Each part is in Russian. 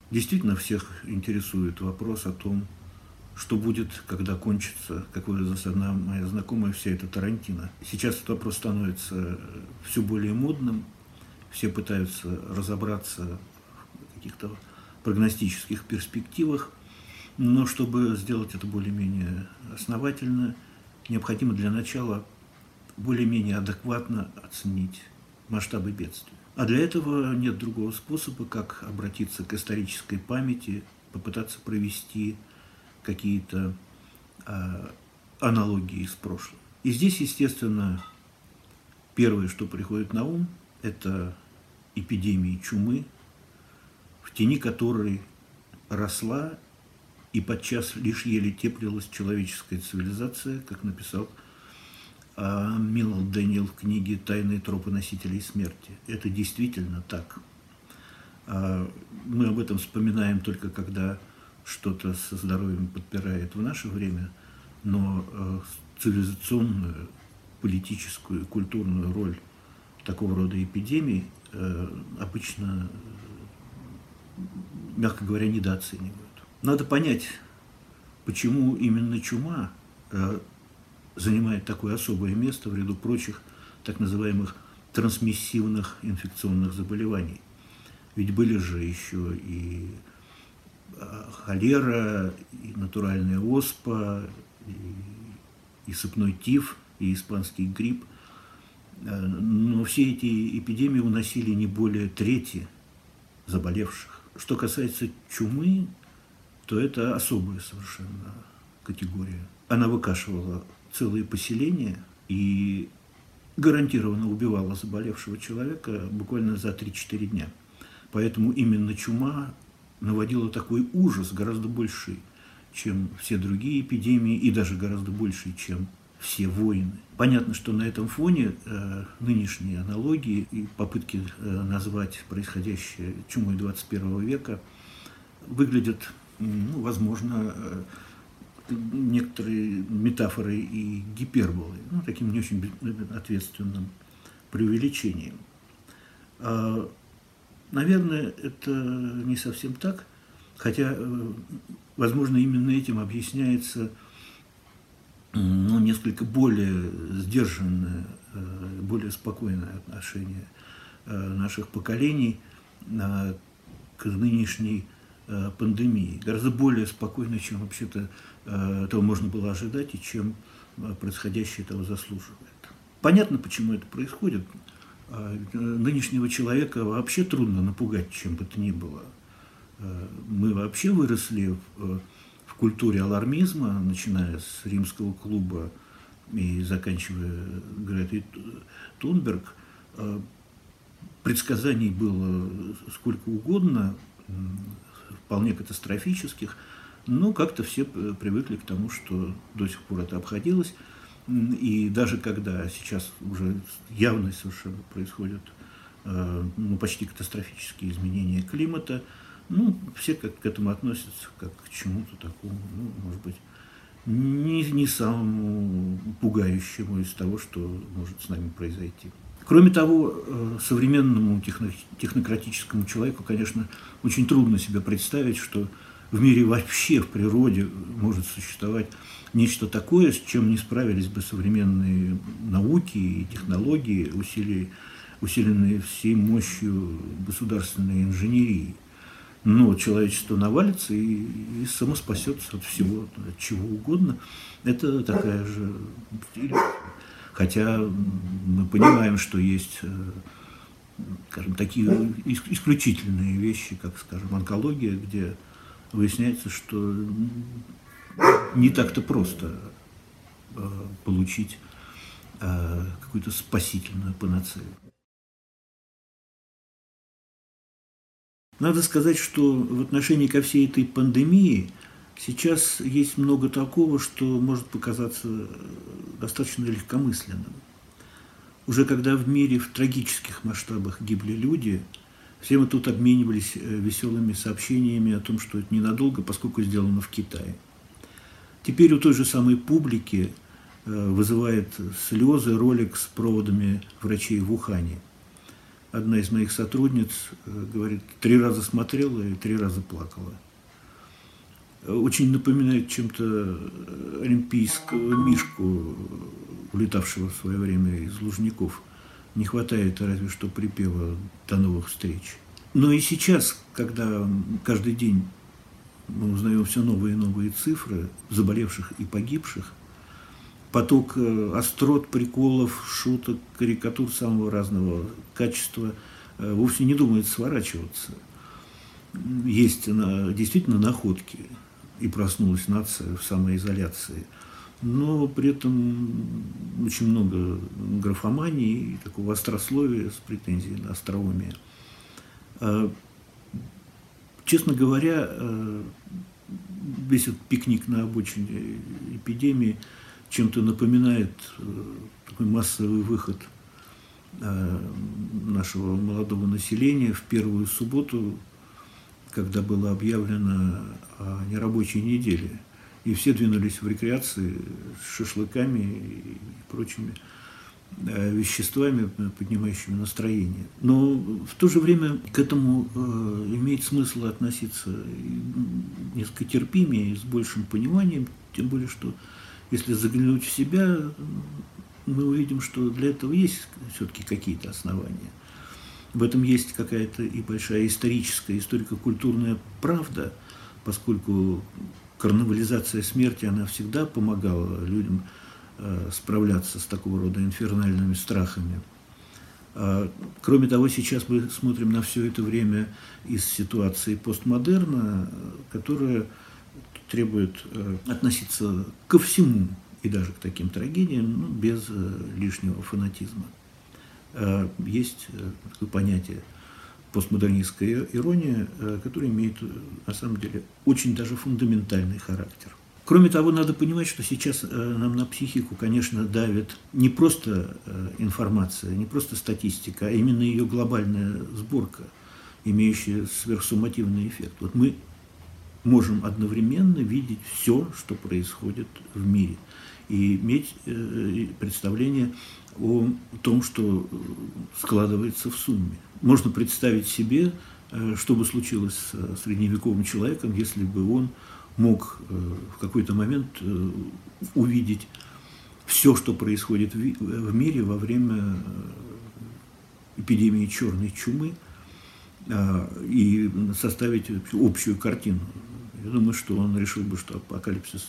Действительно, всех интересует вопрос о том, что будет, когда кончится, как выразилась одна моя знакомая, вся эта Тарантино. Сейчас этот вопрос становится все более модным, все пытаются разобраться в каких-то прогностических перспективах, но чтобы сделать это более-менее основательно, необходимо для начала более-менее адекватно оценить масштабы бедствия. А для этого нет другого способа, как обратиться к исторической памяти, попытаться провести какие-то аналогии с прошлым. И здесь, естественно, первое, что приходит на ум, это эпидемии чумы, в тени которой росла и подчас лишь еле теплилась человеческая цивилизация, как написал Милл Дэниел в книге «Тайные тропы носителей смерти». Это действительно так. Мы об этом вспоминаем только когда что-то со здоровьем подпирает в наше время, но цивилизационную, политическую, культурную роль такого рода эпидемий обычно, мягко говоря, недооценивают. Надо понять, почему именно чума занимает такое особое место в ряду прочих так называемых трансмиссивных инфекционных заболеваний. Ведь были же еще и холера, и натуральная оспа, и сыпной тиф, и испанский грипп. Но все эти эпидемии уносили не более трети заболевших. Что касается чумы, то это особая совершенно категория. Она выкашивала целые поселения и гарантированно убивала заболевшего человека буквально за 3-4 дня. Поэтому именно чума наводила такой ужас, гораздо больший, чем все другие эпидемии, и даже гораздо больший, чем все войны. Понятно, что на этом фоне нынешние аналогии и попытки назвать происходящее чумой 21 века выглядят, возможно, некоторые метафоры и гиперболы, таким не очень ответственным преувеличением. Наверное, это не совсем так, хотя, возможно, именно этим объясняется несколько более сдержанное, более спокойное отношение наших поколений к нынешней пандемии. Гораздо более спокойно, чем вообще-то этого можно было ожидать и чем происходящее этого заслуживает. Понятно, почему это происходит. Нынешнего человека вообще трудно напугать чем бы то ни было. Мы вообще выросли в культуре алармизма, начиная с римского клуба и заканчивая Гретой Тунберг. Предсказаний было сколько угодно, вполне катастрофических, но как-то все привыкли к тому, что до сих пор это обходилось. И даже когда сейчас уже явно совершенно происходят почти катастрофические изменения климата, все к этому относятся как к чему-то такому, может быть, не самому пугающему из того, что может с нами произойти. Кроме того, современному технократическому человеку, конечно, очень трудно себе представить, что в мире вообще, в природе может существовать нечто такое, с чем не справились бы современные науки и технологии, усиленные всей мощью государственной инженерии. Но человечество навалится и самоспасется от всего, от чего угодно. Это такая же иллюзия. Хотя мы понимаем, что есть, скажем, такие исключительные вещи, как, скажем, онкология, где выясняется, что не так-то просто получить какую-то спасительную панацею. Надо сказать, что в отношении ко всей этой пандемии сейчас есть много такого, что может показаться достаточно легкомысленным. Уже когда в мире в трагических масштабах гибли люди, все мы тут обменивались веселыми сообщениями о том, что это ненадолго, поскольку сделано в Китае. Теперь у той же самой публики вызывает слезы ролик с проводами врачей в Ухане. одна из моих сотрудниц говорит, 3 раза смотрела и 3 раза плакала. Очень напоминает чем-то олимпийского мишку, улетавшего в свое время из Лужников. Не хватает разве что припева «До новых встреч». Но и сейчас, когда каждый день мы узнаем все новые и новые цифры заболевших и погибших, поток острот, приколов, шуток, карикатур самого разного качества вовсе не думает сворачиваться. Есть действительно находки, и проснулась нация в самоизоляции, но при этом очень много графомании, такого острословия с претензией на остроумие. Честно говоря, весь этот пикник на обочине эпидемии чем-то напоминает такой массовый выход нашего молодого населения в первую субботу, когда было объявлено о нерабочей неделе. И все двинулись в рекреации с шашлыками и прочими веществами, поднимающими настроение. Но в то же время к этому имеет смысл относиться несколько терпимее, с большим пониманием, тем более, что если заглянуть в себя, мы увидим, что для этого есть все-таки какие-то основания. В этом есть какая-то и большая историческая, историко-культурная правда, поскольку карнавализация смерти, она всегда помогала людям справляться с такого рода инфернальными страхами. Кроме того, сейчас мы смотрим на все это время из ситуации постмодерна, которая требует относиться ко всему, и даже к таким трагедиям, без лишнего фанатизма. Есть такое понятие постмодернистская ирония, которая имеет, на самом деле, очень даже фундаментальный характер. Кроме того, надо понимать, что сейчас нам на психику, конечно, давит не просто информация, не просто статистика, а именно ее глобальная сборка, имеющая сверхсуммативный эффект. Вот мы можем одновременно видеть все, что происходит в мире, и иметь представление о том, что складывается в сумме. Можно представить себе, что бы случилось с средневековым человеком, если бы он мог в какой-то момент увидеть все, что происходит в мире во время эпидемии черной чумы, и составить общую картину. Я думаю, что он решил бы, что апокалипсис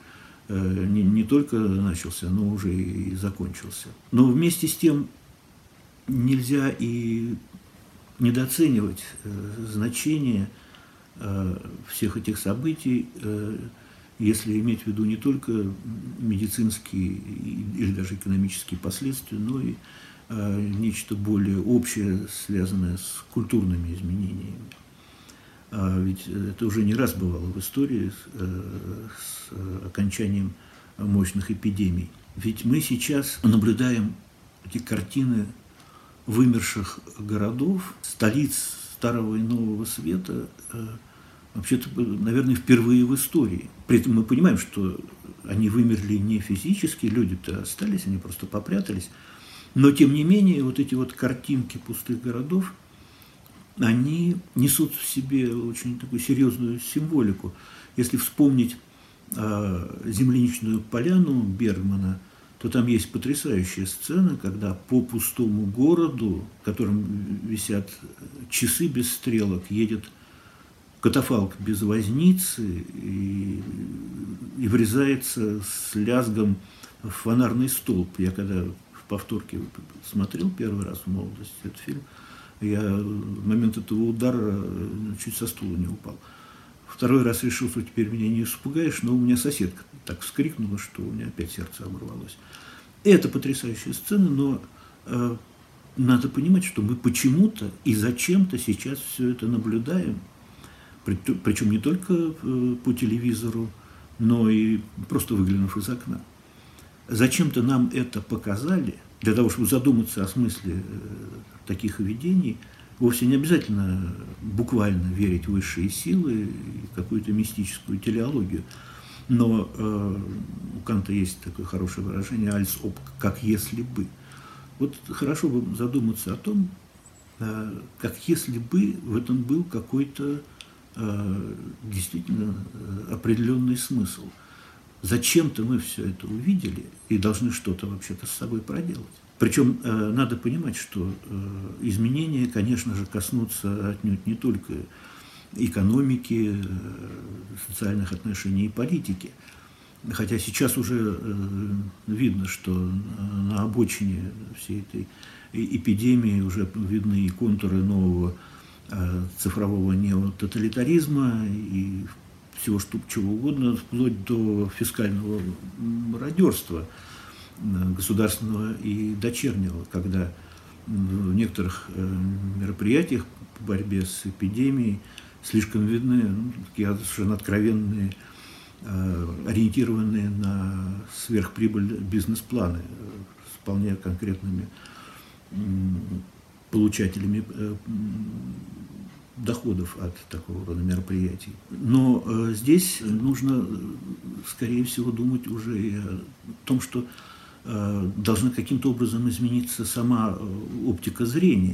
не только начался, но уже и закончился. Но вместе с тем нельзя и недооценивать значение всех этих событий, если иметь в виду не только медицинские или даже экономические последствия, но и нечто более общее, связанное с культурными изменениями. Ведь это уже не раз бывало в истории с окончанием мощных эпидемий. Ведь мы сейчас наблюдаем эти картины вымерших городов, столиц Старого и Нового Света, вообще-то, наверное, впервые в истории. При этом мы понимаем, что они вымерли не физически, люди-то остались, они просто попрятались. Но, тем не менее, вот эти вот картинки пустых городов, они несут в себе очень такую серьезную символику. Если вспомнить земляничную поляну Бергмана, то там есть потрясающая сцена, когда по пустому городу, в котором висят часы без стрелок, едет катафалк без возницы и врезается с лязгом в фонарный столб. Я когда в повторке смотрел первый раз в молодости этот фильм, я в момент этого удара чуть со стула не упал. Второй раз решил, что теперь меня не испугаешь, но у меня соседка так вскрикнула, что у меня опять сердце оборвалось. Это потрясающая сцена, но надо понимать, что мы почему-то и зачем-то сейчас все это наблюдаем, причем не только по телевизору, но и просто выглянув из окна. Зачем-то нам это показали, для того, чтобы задуматься о смысле таких видений. Вовсе не обязательно буквально верить в высшие силы и какую-то мистическую телеологию. Но у Канта есть такое хорошее выражение «als ob», как если бы. Вот хорошо бы задуматься о том, как если бы в этом был какой-то действительно определенный смысл. Зачем-то мы все это увидели и должны что-то вообще-то с собой проделать. Причем надо понимать, что изменения, конечно же, коснутся отнюдь не только экономики, социальных отношений и политики. Хотя сейчас уже видно, что на обочине всей этой эпидемии уже видны и контуры нового цифрового неототалитаризма и всего чего угодно, вплоть до фискального мародерства государственного и дочернего, когда в некоторых мероприятиях по борьбе с эпидемией слишком видны такие совершенно откровенные, ориентированные на сверхприбыль бизнес-планы с вполне конкретными получателями доходов от такого рода мероприятий. Но здесь нужно, скорее всего, думать уже и о том, что должна каким-то образом измениться сама оптика зрения.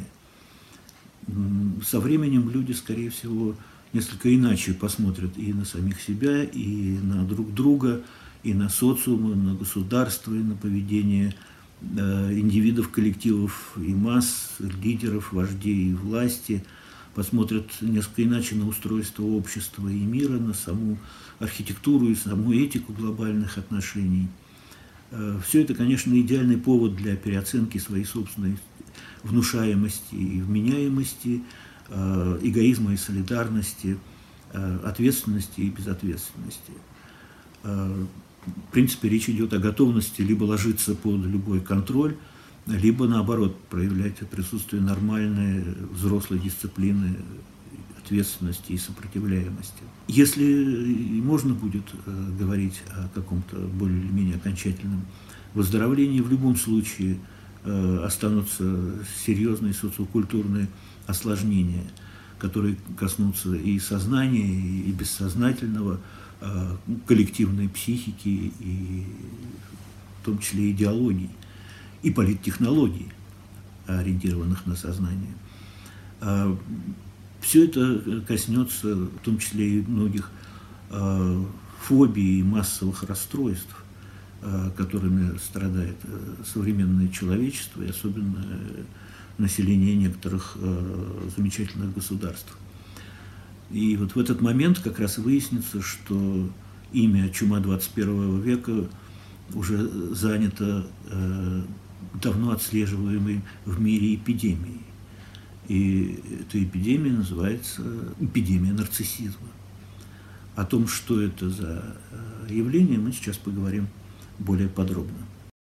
Со временем люди, скорее всего, несколько иначе посмотрят и на самих себя, и на друг друга, и на социум, и на государство, и на поведение индивидов, коллективов и масс, лидеров, вождей и власти, посмотрят несколько иначе на устройство общества и мира, на саму архитектуру и саму этику глобальных отношений. Все это, конечно, идеальный повод для переоценки своей собственной внушаемости и вменяемости, эгоизма и солидарности, ответственности и безответственности. В принципе, речь идет о готовности либо ложиться под любой контроль, либо, наоборот, проявлять присутствие нормальной взрослой дисциплины, ответственности и сопротивляемости. Если можно будет говорить о каком-то более или менее окончательном выздоровлении, в любом случае останутся серьезные социокультурные осложнения, которые коснутся и сознания, и бессознательного, коллективной психики, и в том числе идеологий, и политтехнологий, ориентированных на сознание. Все это коснется в том числе и многих фобий и массовых расстройств, которыми страдает современное человечество, и особенно население некоторых замечательных государств. И вот в этот момент как раз выяснится, что имя чума 21 века уже занято давно отслеживаемой в мире эпидемией. И эта эпидемия называется эпидемия нарциссизма. О том, что это за явление, мы сейчас поговорим более подробно.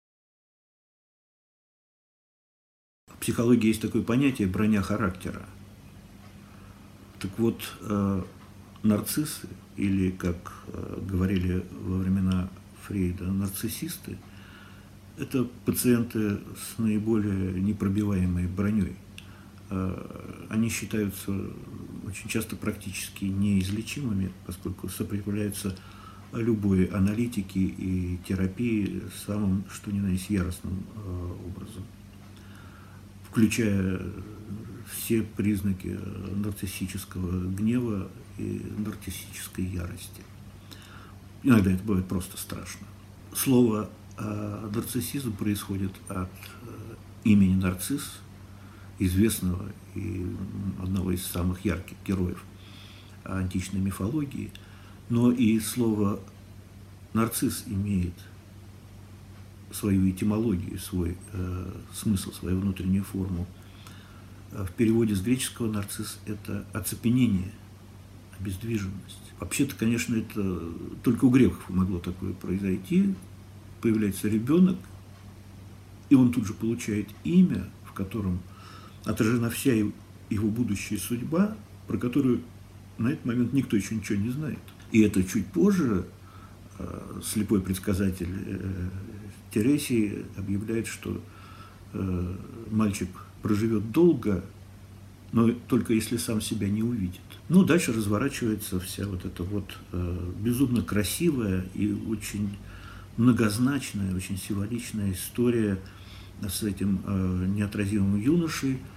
В психологии есть такое понятие «броня характера». Так вот, нарциссы, или, как говорили во времена Фрейда, нарциссисты, это пациенты с наиболее непробиваемой броней. Они считаются очень часто практически неизлечимыми, поскольку сопротивляются любой аналитике и терапии самым, что ни на есть, яростным образом, включая все признаки нарциссического гнева и нарциссической ярости. Иногда это бывает просто страшно. Слово нарциссизм происходит от имени Нарцисс, известного и одного из самых ярких героев античной мифологии, но и слово нарцисс имеет свою этимологию, свой смысл, свою внутреннюю форму. В переводе с греческого нарцисс – это оцепенение, обездвиженность. Вообще-то, конечно, это только у греков могло такое произойти. Появляется ребенок, и он тут же получает имя, в котором отражена вся его будущая судьба, про которую на этот момент никто еще ничего не знает. И это чуть позже слепой предсказатель Тересий объявляет, что мальчик проживет долго, но только если сам себя не увидит. Ну, дальше разворачивается вся вот эта вот безумно красивая и очень многозначная, очень символичная история с этим неотразимым юношей,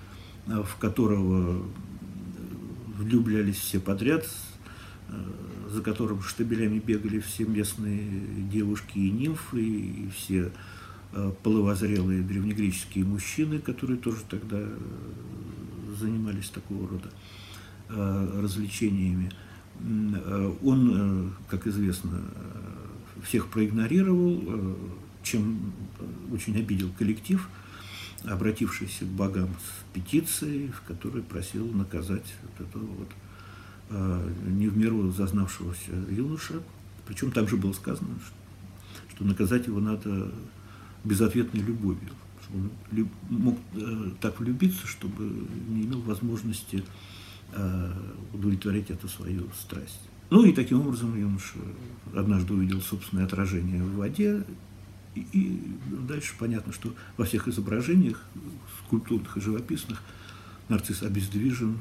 в которого влюблялись все подряд, за которым штабелями бегали все местные девушки и нимфы, и все половозрелые древнегреческие мужчины, которые тоже тогда занимались такого рода развлечениями. Он, как известно, всех проигнорировал, чем очень обидел коллектив, обратившийся к богам с петицией, в которой просил наказать вот этого вот не в меру зазнавшегося юноша. Причем там же было сказано, что наказать его надо безответной любовью. Он мог так влюбиться, чтобы не имел возможности удовлетворить эту свою страсть. Ну и таким образом юноша однажды увидел собственное отражение в воде, и дальше понятно, что во всех изображениях, скульптурных и живописных, нарцисс обездвижен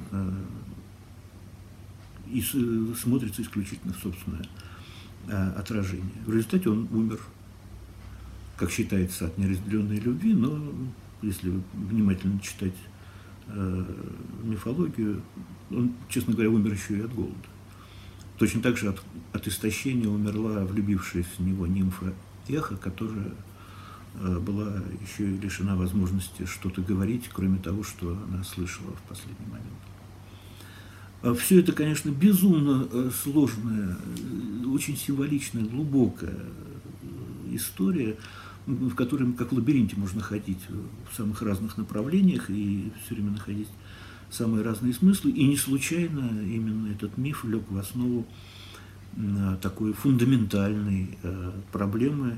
и смотрится исключительно в собственное отражение. В результате он умер, как считается, от неразделенной любви, но если внимательно читать мифологию, он, честно говоря, умер еще и от голода. Точно так же от истощения умерла влюбившаяся в него нимфа Эхо, которая была еще и лишена возможности что-то говорить, кроме того, что она слышала в последний момент. Все это, конечно, безумно сложная, очень символичная, глубокая история, в которой, как в лабиринте, можно ходить в самых разных направлениях и все время находить самые разные смыслы. И не случайно именно этот миф лег в основу такой фундаментальной проблемы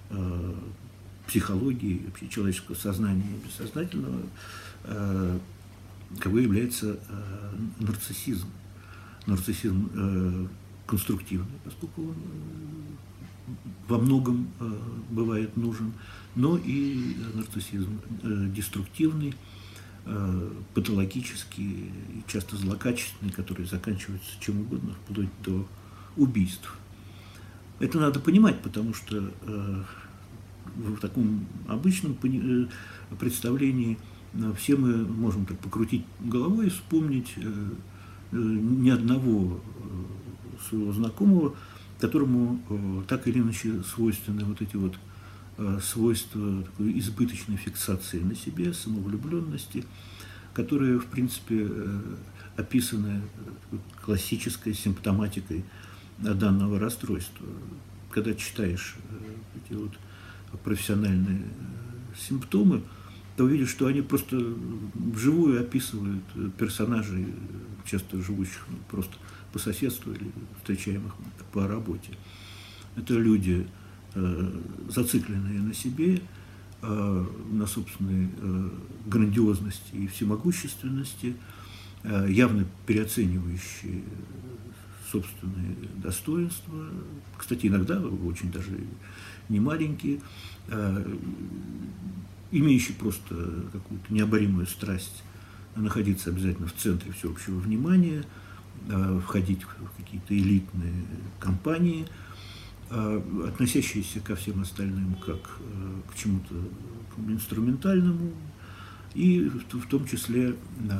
психологии, вообще человеческого сознания и бессознательного, какой является нарциссизм. Нарциссизм конструктивный, поскольку он во многом бывает нужен, но и нарциссизм деструктивный, патологический, часто злокачественный, который заканчивается чем угодно, вплоть до убийств. Это надо понимать, потому что в таком обычном представлении все мы можем так покрутить головой и вспомнить ни одного своего знакомого, которому так или иначе свойственны вот эти вот свойства такой избыточной фиксации на себе, самовлюбленности, которые, в принципе, описаны классической симптоматикой данного расстройства. Когда читаешь эти вот профессиональные симптомы, то увидишь, что они просто вживую описывают персонажей, часто живущих просто по соседству или встречаемых по работе. Это люди, зацикленные на себе, на собственной грандиозности и всемогущественности, явно переоценивающие собственные достоинства, кстати, иногда очень даже не маленькие, имеющие просто какую-то необоримую страсть находиться обязательно в центре всеобщего внимания, входить в какие-то элитные компании, относящиеся ко всем остальным как к чему-то инструментальному, и в том числе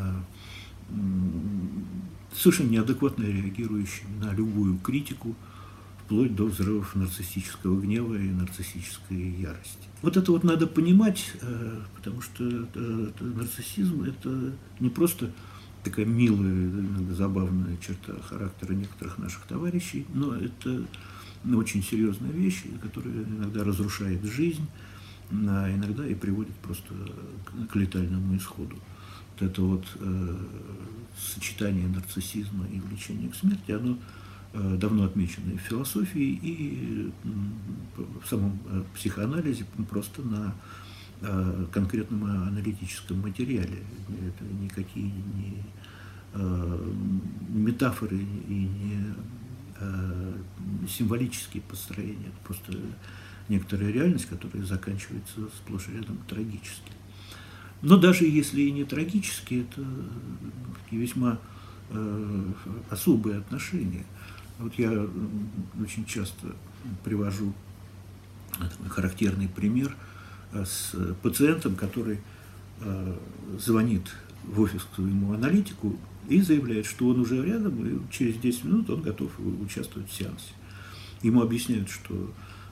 совершенно неадекватно реагирующими на любую критику, вплоть до взрывов нарциссического гнева и нарциссической ярости. Вот это вот надо понимать, потому что нарциссизм – это не просто такая милая, иногда забавная черта характера некоторых наших товарищей, но это очень серьезная вещь, которая иногда разрушает жизнь, а иногда и приводит просто к летальному исходу. Вот это вот сочетание нарциссизма и влечения к смерти, оно давно отмечено и в философии, и в самом психоанализе, просто на конкретном аналитическом материале. Это никакие не метафоры и не символические построения, это просто некоторая реальность, которая заканчивается сплошь и рядом трагически. Но даже если и не трагически, это такие весьма особые отношения. Вот я очень часто привожу такой характерный пример с пациентом, который звонит в офис к своему аналитику и заявляет, что он уже рядом, и через 10 минут он готов участвовать в сеансе. Ему объясняют, что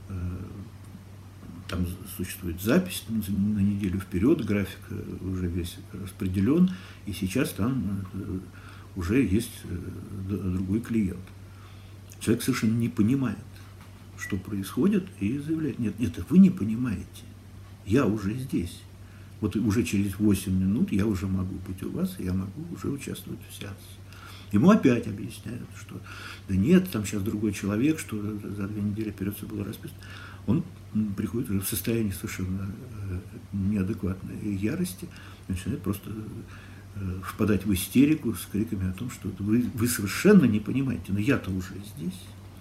там существует запись на неделю вперед, график уже весь распределен, и сейчас там уже есть другой клиент. Человек совершенно не понимает, что происходит, и заявляет: нет, это вы не понимаете, я уже здесь. Вот уже через 8 минут я уже могу быть у вас, и я могу уже участвовать в сеансе. Ему опять объясняют, что да нет, там сейчас другой человек, что за 2 недели вперед все было расписано. Он приходит уже в состоянии совершенно неадекватной ярости, начинает просто впадать в истерику с криками о том, что вы совершенно не понимаете, но я-то уже здесь.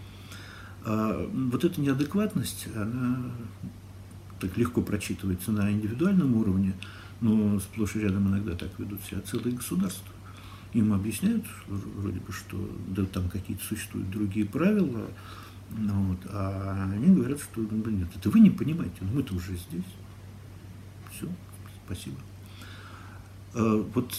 А вот эта неадекватность, она так легко прочитывается на индивидуальном уровне, но сплошь и рядом иногда так ведут себя целые государства. Им объясняют, вроде бы, что да, там какие-то существуют другие правила, вот, а они говорят, что нет, это вы не понимаете, но мы-то уже здесь. Все, спасибо. Вот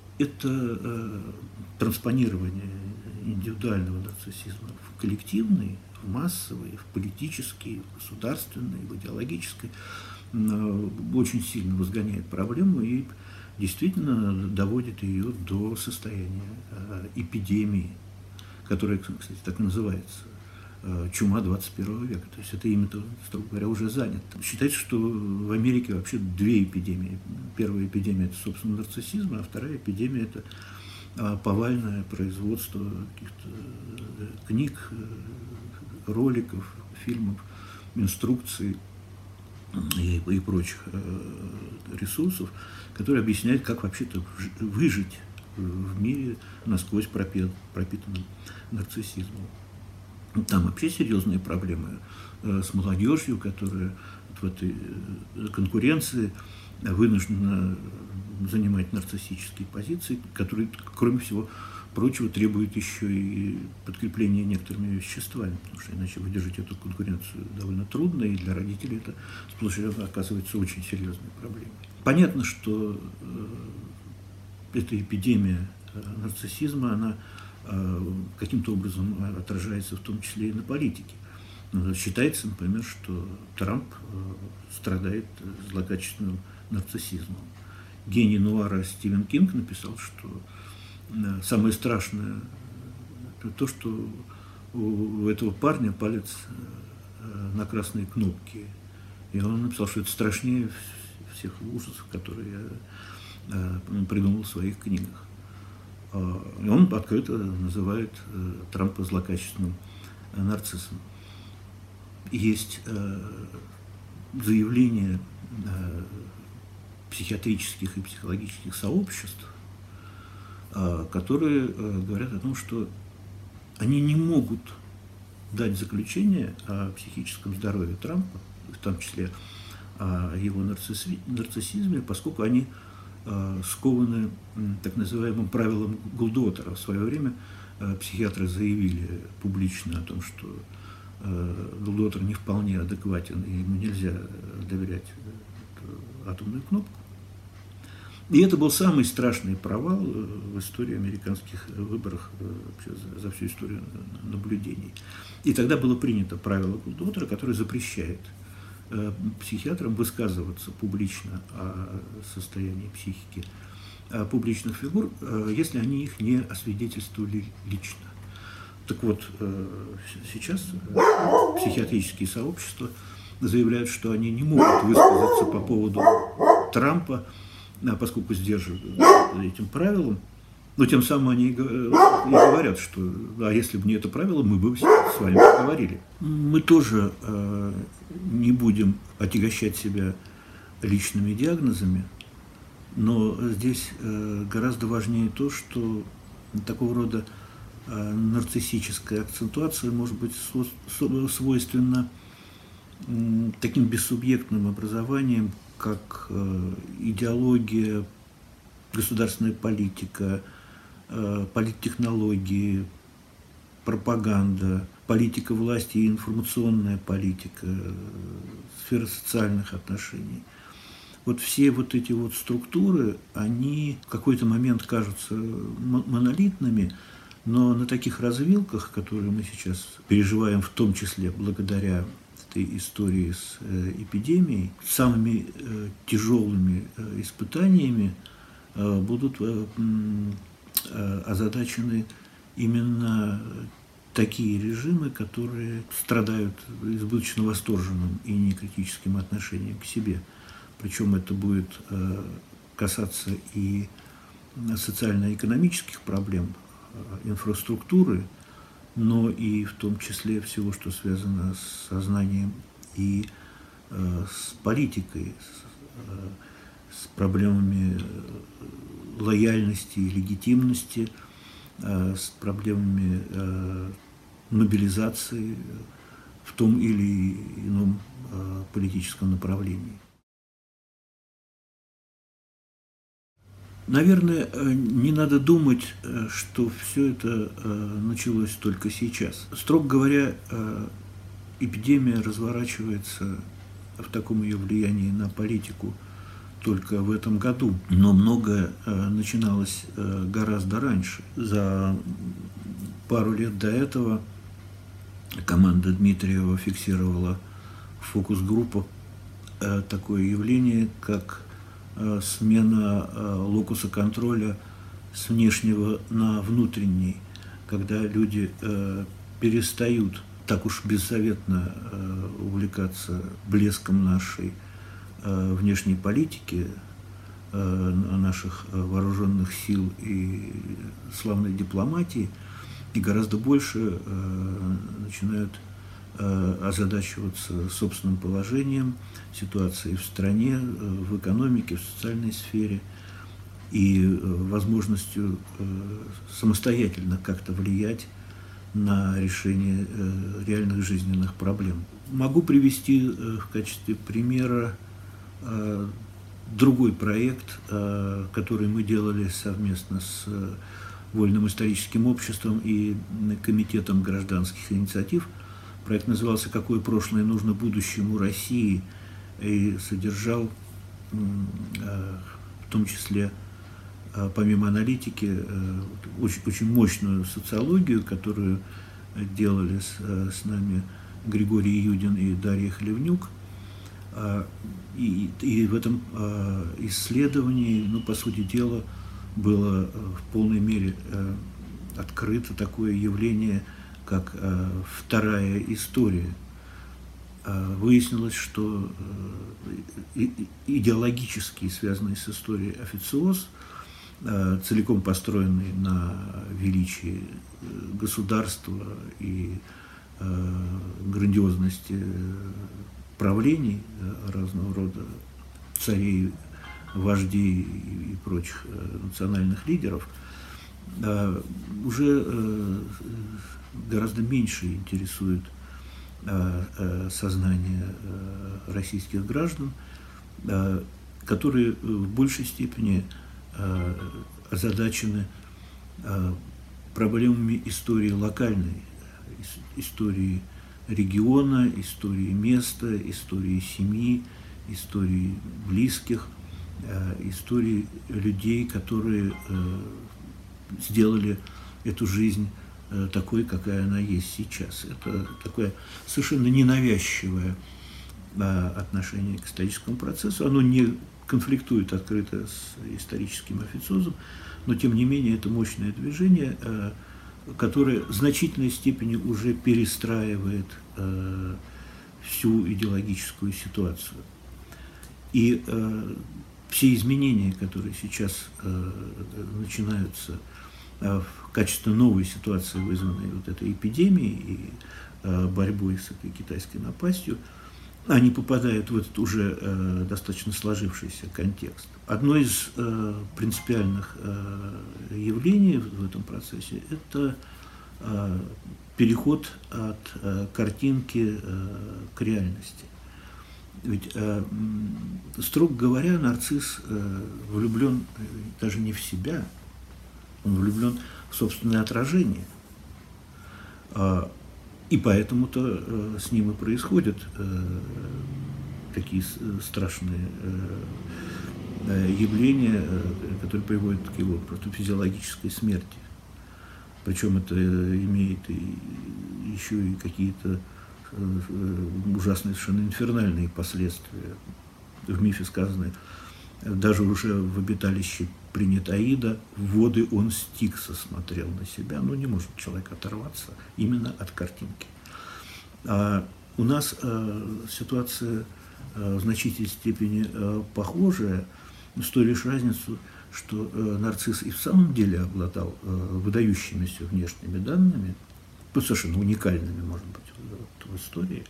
это транспонирование индивидуального нарциссизма в коллективный, в массовый, в политический, в государственный, в идеологический очень сильно возгоняет проблему и действительно доводит ее до состояния эпидемии, которая, кстати, так и называется, чума 21 века. То есть это имя-то, строго говоря, уже занято. Считается, что в Америке вообще 2 эпидемии. Первая эпидемия – это, собственно, нарциссизм, а вторая эпидемия – это повальное производство каких-то книг, роликов, фильмов, инструкций и прочих ресурсов, которые объясняют, как вообще-то выжить в мире насквозь пропитанном нарциссизмом. Там вообще серьезные проблемы с молодежью, которая в этой конкуренции вынуждена занимать нарциссические позиции, которые, кроме всего прочего, требуют еще и подкрепления некоторыми веществами, потому что иначе выдержать эту конкуренцию довольно трудно, и для родителей это сплошь и рядом оказывается очень серьезной проблемой. Понятно, что эта эпидемия нарциссизма, она каким-то образом отражается в том числе и на политике. Считается, например, что Трамп страдает злокачественным нарциссизмом. Гений нуара Стивен Кинг написал, что самое страшное то, что у этого парня палец на красные кнопки. И он написал, что это страшнее всех ужасов, которые я придумал в своих книгах. И он открыто называет Трампа злокачественным нарциссом. Есть заявления психиатрических и психологических сообществ, которые говорят о том, что они не могут дать заключение о психическом здоровье Трампа, в том числе о его нарциссизме, поскольку они скованы так называемым правилом Голдуотера. В свое время психиатры заявили публично о том, что Голдуотер не вполне адекватен, и ему нельзя доверять атомную кнопку. И это был самый страшный провал в истории американских выборов вообще за всю историю наблюдений. И тогда было принято правило Голдуотера, которое запрещает психиатрам высказываться публично о состоянии психики публичных фигур, если они их не освидетельствовали лично. Так вот, сейчас психиатрические сообщества заявляют, что они не могут высказаться по поводу Трампа, поскольку сдерживают этим правилом, но тем самым они и говорят, что а если бы не это правило, мы бы с вами поговорили. Мы тоже не будем отягощать себя личными диагнозами, но здесь гораздо важнее то, что такого рода нарциссическая акцентуация может быть свойственна таким бессубъектным образованием, как идеология, государственная политика, политтехнологии, пропаганда, политика власти и информационная политика, сфера социальных отношений. вот все вот эти вот структуры, они в какой-то момент кажутся монолитными, но на таких развилках, которые мы сейчас переживаем, в том числе благодаря этой истории с эпидемией, самыми тяжелыми испытаниями будут озадачены именно такие режимы, которые страдают избыточно восторженным и некритическим отношением к себе. Причем это будет касаться и социально-экономических проблем, инфраструктуры, но и в том числе всего, что связано с сознанием и с политикой, с проблемами лояльности и легитимности, с проблемами мобилизации в том или ином политическом направлении. Наверное, не надо думать, что все это началось только сейчас. Строго говоря, эпидемия разворачивается в таком ее влиянии на политику только в этом году, но многое начиналось гораздо раньше. За пару лет до этого команда Дмитриева фиксировала в фокус-группах такое явление, как смена локуса контроля с внешнего на внутренний, когда люди перестают так уж беззаветно увлекаться блеском нашей внешней политики, наших вооруженных сил и славной дипломатии, и гораздо больше начинают озадачиваться собственным положением, ситуацией в стране, в экономике, в социальной сфере и возможностью самостоятельно как-то влиять на решение реальных жизненных проблем. Могу привести в качестве примера другой проект, который мы делали совместно с Вольным историческим обществом и Комитетом гражданских инициатив. Проект назывался «Какое прошлое нужно будущему России» и содержал в том числе, помимо аналитики, очень мощную социологию, которую делали с нами Григорий Юдин и Дарья Хлевнюк. И в этом исследовании, по сути дела, было в полной мере открыто такое явление, как вторая история. Выяснилось, что идеологически связанный с историей официоз, целиком построенный на величии государства и грандиозности правлений разного рода царей, вождей и прочих национальных лидеров, уже гораздо меньше интересует сознание российских граждан, которые в большей степени озадачены проблемами истории локальной, истории региона, истории места, истории семьи, истории близких, истории людей, которые сделали эту жизнь такой, какая она есть сейчас. Это такое совершенно ненавязчивое отношение к историческому процессу. Оно не конфликтует открыто с историческим официозом, но тем не менее это мощное движение, которое в значительной степени уже перестраивает всю идеологическую ситуацию. И все изменения, которые сейчас начинаются в качестве новой ситуации, вызванной вот этой эпидемией и борьбой с этой китайской напастью, они попадают в этот уже достаточно сложившийся контекст. Одно из принципиальных явлений в этом процессе – это переход от картинки к реальности. Ведь, строго говоря, нарцисс влюблен даже не в себя, он влюблен в собственное отражение. И поэтому-то с ним и происходят такие страшные явления, которые приводят к его просто физиологической смерти. Причем это имеет еще и какие-то ужасные, совершенно инфернальные последствия. В мифе сказано, даже уже в обиталище Принятоида в воды он Стикса смотрел на себя. Ну, не может человек оторваться именно от картинки. А у нас ситуация в значительной степени похожая, с той лишь разницей, что нарцисс и в самом деле обладал выдающимися внешними данными, совершенно уникальными, может быть, в истории,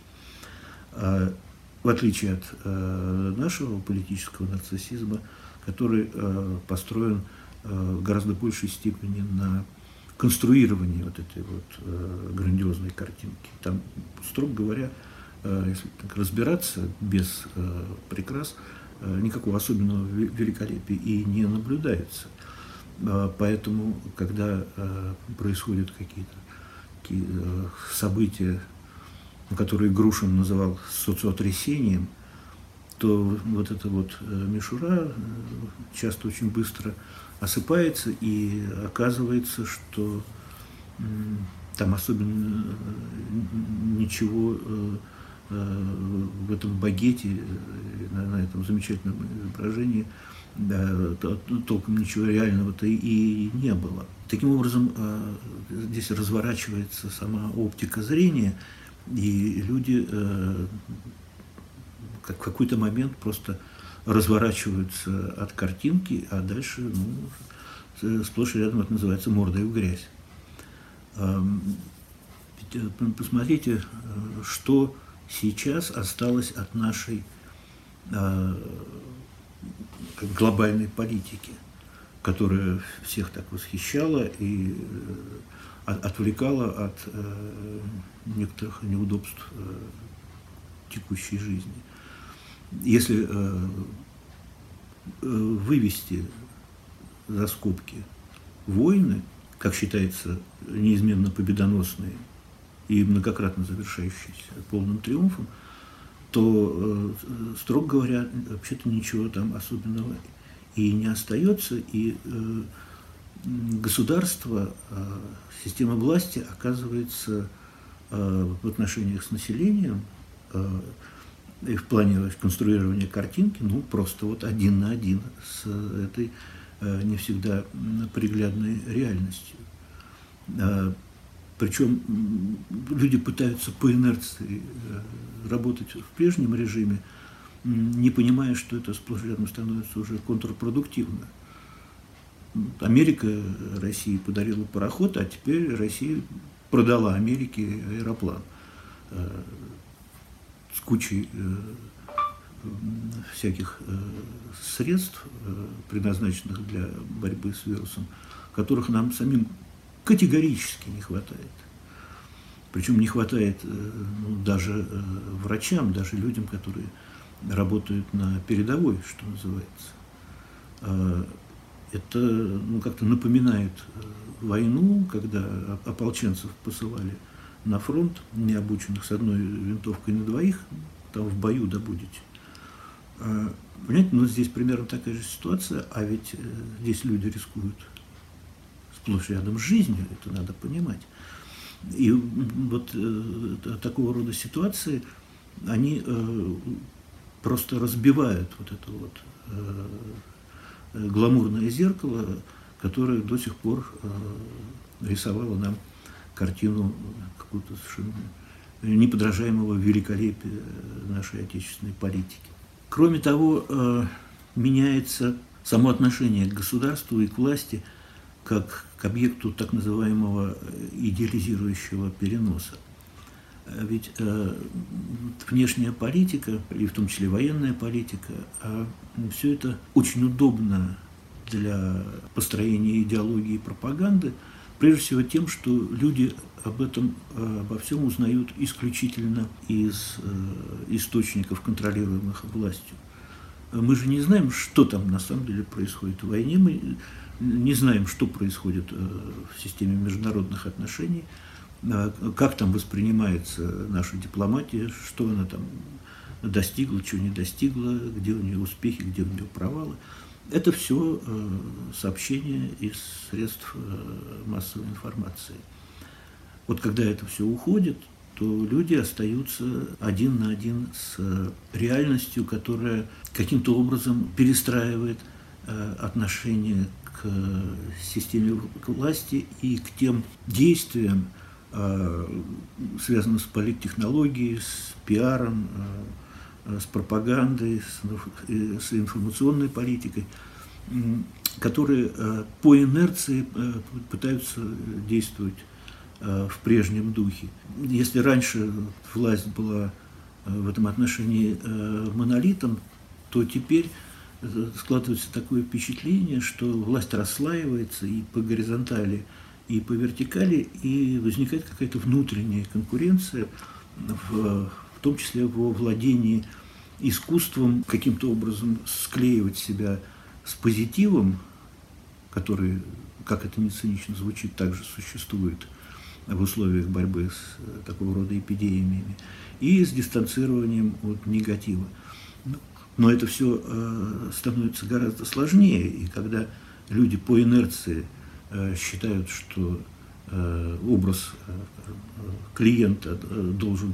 в отличие от нашего политического нарциссизма, который построен в гораздо большей степени на конструировании вот этой вот грандиозной картинки. Там, строго говоря, если так разбираться без прикрас, никакого особенного великолепия и не наблюдается. Поэтому, когда происходят какие-то такие события, которые Грушин называл социотрясением, то вот эта вот мишура часто очень быстро осыпается, и оказывается, что там особенно ничего в этом багете, на этом замечательном изображении, да, толком ничего реального-то и не было. Таким образом, здесь разворачивается сама оптика зрения, и люди в какой-то момент просто разворачиваются от картинки, а дальше сплошь и рядом это называется мордой в грязь. Посмотрите, что сейчас осталось от нашей глобальной политики, которая всех так восхищала и отвлекала от некоторых неудобств текущей жизни. Если вывести за скобки войны, как считается, неизменно победоносные и многократно завершающиеся полным триумфом, то, строго говоря, вообще-то ничего там особенного и не остается, и государство, система власти оказывается в отношениях с населением и в плане конструирования картинки, просто вот один на один с этой не всегда приглядной реальностью. Причем люди пытаются по инерции работать в прежнем режиме, не понимая, что это сплошь рядом становится уже контрпродуктивно. Америка России подарила пароход, а теперь Россия продала Америке аэроплан с кучей всяких средств, предназначенных для борьбы с вирусом, которых нам самим категорически не хватает. Причем не хватает даже врачам, даже людям, которые работают на передовой, что называется. Это как-то напоминает войну, когда ополченцев посылали на фронт, необученных, с одной винтовкой на двоих, там в бою добудете. Понимаете, здесь примерно такая же ситуация, а ведь здесь люди рискуют сплошь рядом с жизнью, это надо понимать. И вот такого рода ситуации, они просто разбивают вот это вот гламурное зеркало, которое до сих пор рисовало нам картину какого-то совершенно неподражаемого великолепия нашей отечественной политики. Кроме того, меняется само отношение к государству и к власти как к объекту так называемого идеализирующего переноса. Ведь внешняя политика, и в том числе военная политика, все это очень удобно для построения идеологии и пропаганды, прежде всего тем, что люди обо всем узнают исключительно из источников, контролируемых властью. Мы же не знаем, что там на самом деле происходит в войне, мы не знаем, что происходит в системе международных отношений, как там воспринимается наша дипломатия, что она там достигла, чего не достигла, где у нее успехи, где у нее провалы. Это все сообщения из средств массовой информации. Вот когда это все уходит, то люди остаются один на один с реальностью, которая каким-то образом перестраивает отношение к системе власти и к тем действиям, связанным с политтехнологией, с пиаром, с пропагандой, с информационной политикой, которые по инерции пытаются действовать в прежнем духе. Если раньше власть была в этом отношении монолитом, то теперь складывается такое впечатление, что власть расслаивается и по горизонтали, и по вертикали, и возникает какая-то внутренняя конкуренция, в том числе во владении искусством каким-то образом склеивать себя с позитивом, который, как это не цинично звучит, также существует в условиях борьбы с такого рода эпидемиями, и с дистанцированием от негатива. Но это все становится гораздо сложнее, и когда люди по инерции считают, что образ клиента должен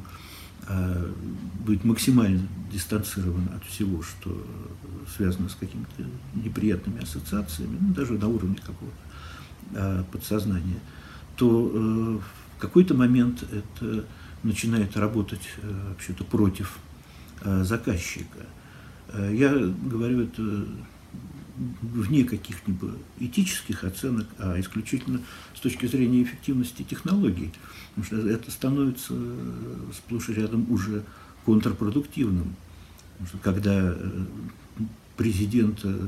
быть максимально дистанцирован от всего, что связано с какими-то неприятными ассоциациями, даже на уровне какого-то подсознания, то в какой-то момент это начинает работать вообще-то против заказчика. Я говорю это вне каких-либо этических оценок, а исключительно с точки зрения эффективности технологий. Потому что это становится сплошь и рядом уже контрпродуктивным. Потому что когда президента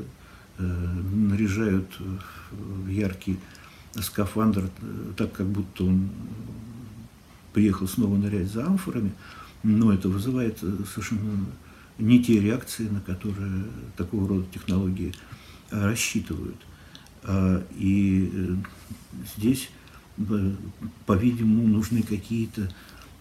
наряжают в яркий скафандр, так как будто он приехал снова нырять за амфорами, но это вызывает совершенно не те реакции, на которые такого рода технологии рассчитывают. И здесь, по-видимому, нужны какие-то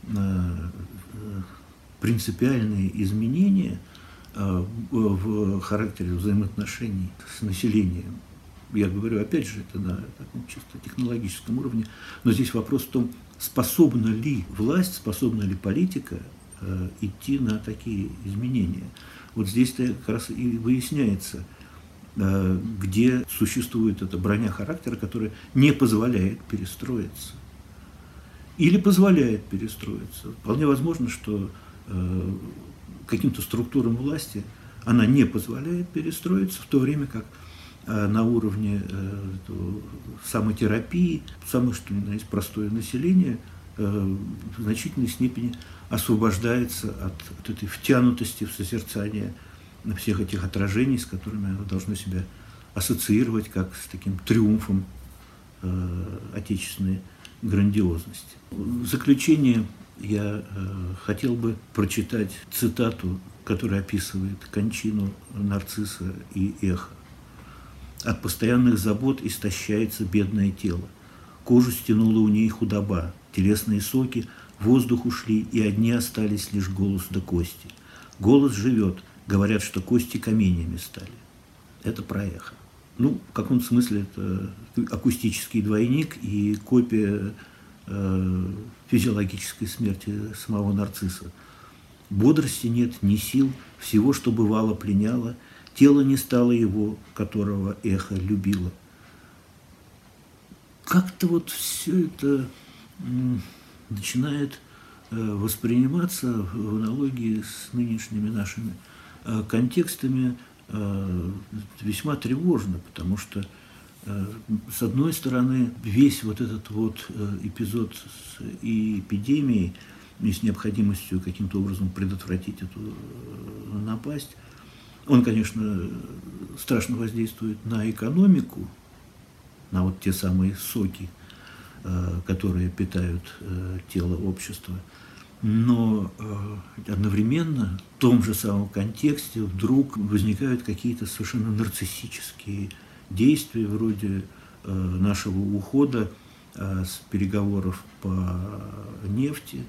принципиальные изменения в характере взаимоотношений с населением. Я говорю, опять же, это на таком чисто технологическом уровне, но здесь вопрос в том, способна ли власть, способна ли политика идти на такие изменения. Вот здесь-то как раз и выясняется, где существует эта броня характера, которая не позволяет перестроиться. Или позволяет перестроиться. Вполне возможно, что каким-то структурам власти она не позволяет перестроиться, в то время как на уровне самотерапии, самое что ни на есть простое население в значительной степени освобождается от этой втянутости в созерцание всех этих отражений, с которыми оно должно себя ассоциировать как с таким триумфом отечественной грандиозности. В заключение я хотел бы прочитать цитату, которая описывает кончину Нарцисса и Эхо. «От постоянных забот истощается бедное тело. Кожу стянула у ней худоба, телесные соки, воздух ушли, и одни остались лишь голос да кости. Голос живет, говорят, что кости каменьями стали». Это про Эхо. Ну, в каком-то смысле это акустический двойник и копия физиологической смерти самого Нарцисса. Бодрости нет, ни сил, всего, что бывало, пленяло, тело не стало его, которого Эхо любило. Как-то вот все это начинает восприниматься в аналогии с нынешними нашими контекстами весьма тревожно, потому что, с одной стороны, весь вот этот вот эпизод с эпидемией и с необходимостью каким-то образом предотвратить эту напасть, он, конечно, страшно воздействует на экономику, на вот те самые соки, которые питают тело общества. Но одновременно в том же самом контексте вдруг возникают какие-то совершенно нарциссические действия вроде нашего ухода с переговоров по нефти,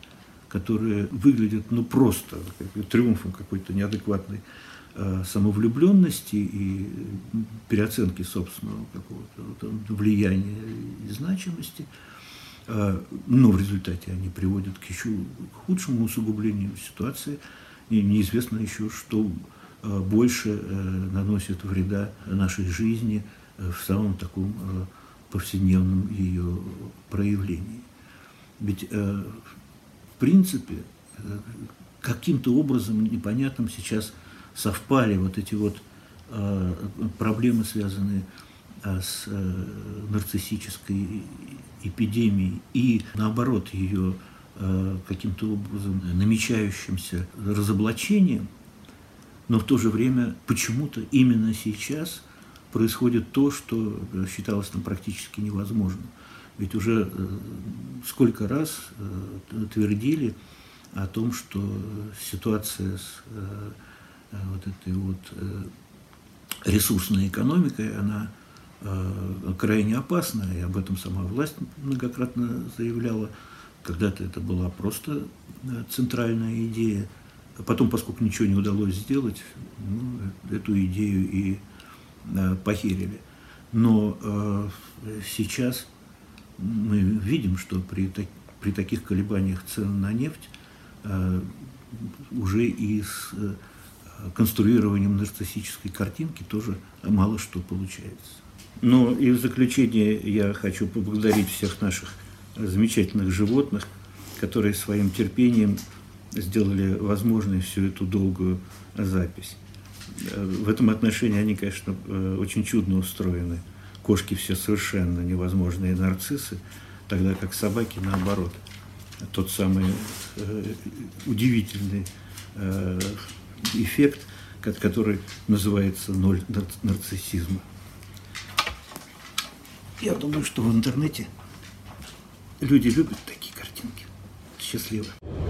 которые выглядят просто триумфом какой-то неадекватной самовлюбленности и переоценки собственного какого-то влияния и значимости. Но в результате они приводят к еще худшему усугублению ситуации, и неизвестно еще, что больше наносит вреда нашей жизни в самом таком повседневном ее проявлении. Ведь, в принципе, каким-то образом непонятным сейчас совпали вот эти вот проблемы, связанные с нарциссической эпидемией и, наоборот, ее каким-то образом намечающимся разоблачением, но в то же время почему-то именно сейчас происходит то, что считалось там практически невозможным. Ведь уже сколько раз твердили о том, что ситуация с вот этой вот ресурсной экономикой, она крайне опасна, и об этом сама власть многократно заявляла. Когда-то это была просто центральная идея. А потом, поскольку ничего не удалось сделать, эту идею и похерили. Но сейчас мы видим, что при таких колебаниях цен на нефть уже и с конструированием нарциссической картинки тоже мало что получается. Ну и в заключение я хочу поблагодарить всех наших замечательных животных, которые своим терпением сделали возможной всю эту долгую запись. В этом отношении они, конечно, очень чудно устроены. Кошки все совершенно невозможные нарциссы, тогда как собаки наоборот. Тот самый удивительный эффект, который называется ноль нарциссизма. Я думаю, что в интернете люди любят такие картинки. Счастливо.